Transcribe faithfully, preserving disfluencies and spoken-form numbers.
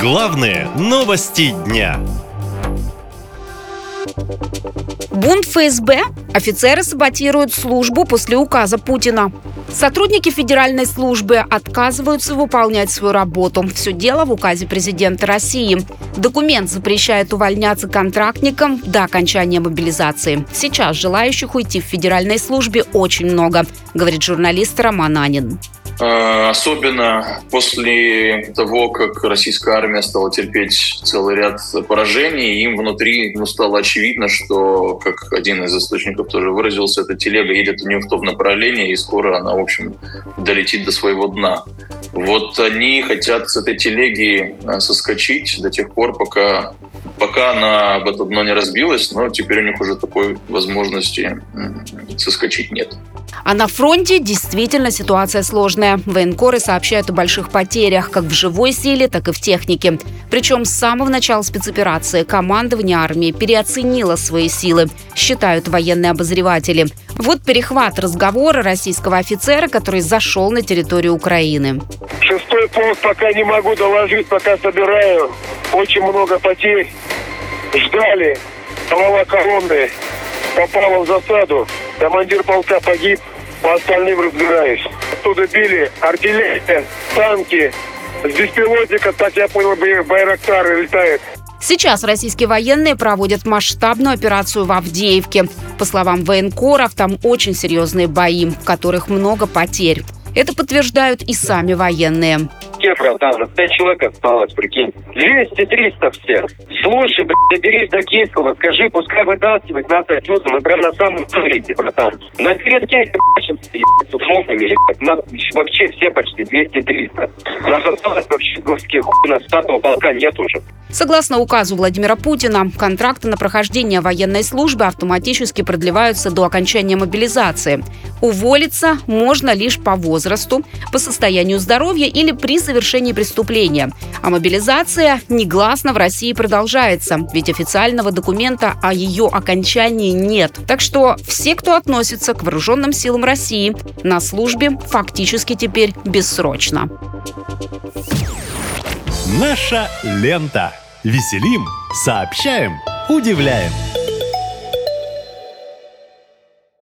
Главные новости дня. Бунт эф эс бэ. Офицеры саботируют службу после указа Путина. Сотрудники федеральной службы отказываются выполнять свою работу. Все дело в указе президента России. Документ запрещает увольняться контрактникам до окончания мобилизации. Сейчас желающих уйти в федеральной службе очень много, говорит журналист Роман Анин. Особенно после того, как российская армия стала терпеть целый ряд поражений, им внутри ну, стало очевидно, что, как один из источников тоже выразился, эта телега едет не в том направлении, и скоро она, в общем, долетит до своего дна. Вот они хотят с этой телеги соскочить до тех пор, пока, пока она об это дно не разбилась, но теперь у них уже такой возможности соскочить нет. А на фронте действительно ситуация сложная. Военкоры сообщают о больших потерях как в живой силе, так и в технике. Причем с самого начала спецоперации командование армии переоценило свои силы, считают военные обозреватели. Вот перехват разговора российского офицера, который зашел на территорию Украины. Шестой полк пока не могу доложить, пока собираю. Очень много потерь. Ждали. Голова колонны попала в засаду. Командир полка погиб. По остальным разбираюсь. Оттуда били артиллерия, танки. С беспилотника, так я понял, байрактары летают. Сейчас российские военные проводят масштабную операцию в Авдеевке. По словам военкоров, там очень серьезные бои, в которых много потерь. Это подтверждают и сами военные. Кефров, там пять человек осталось, прикинь. двести-триста всех. Слушай, блядь, доберись до Киевского, скажи, пускай вытаскивает нас отсюда. Мы прям на самом деле, братан. На передке, блядь, с ушелками, нас вообще все почти двести-триста. Нас осталось вообще горские хуй, нас статного полка нет уже. Согласно указу Владимира Путина, контракты на прохождение военной службы автоматически продлеваются до окончания мобилизации. Уволиться можно лишь по возрасту, по состоянию здоровья или при совершении преступления. А мобилизация негласно в России продолжается, ведь официального документа о ее окончании нет. Так что все, кто относится к вооруженным силам России, на службе фактически теперь бессрочно. Наша лента. Веселим, сообщаем, удивляем.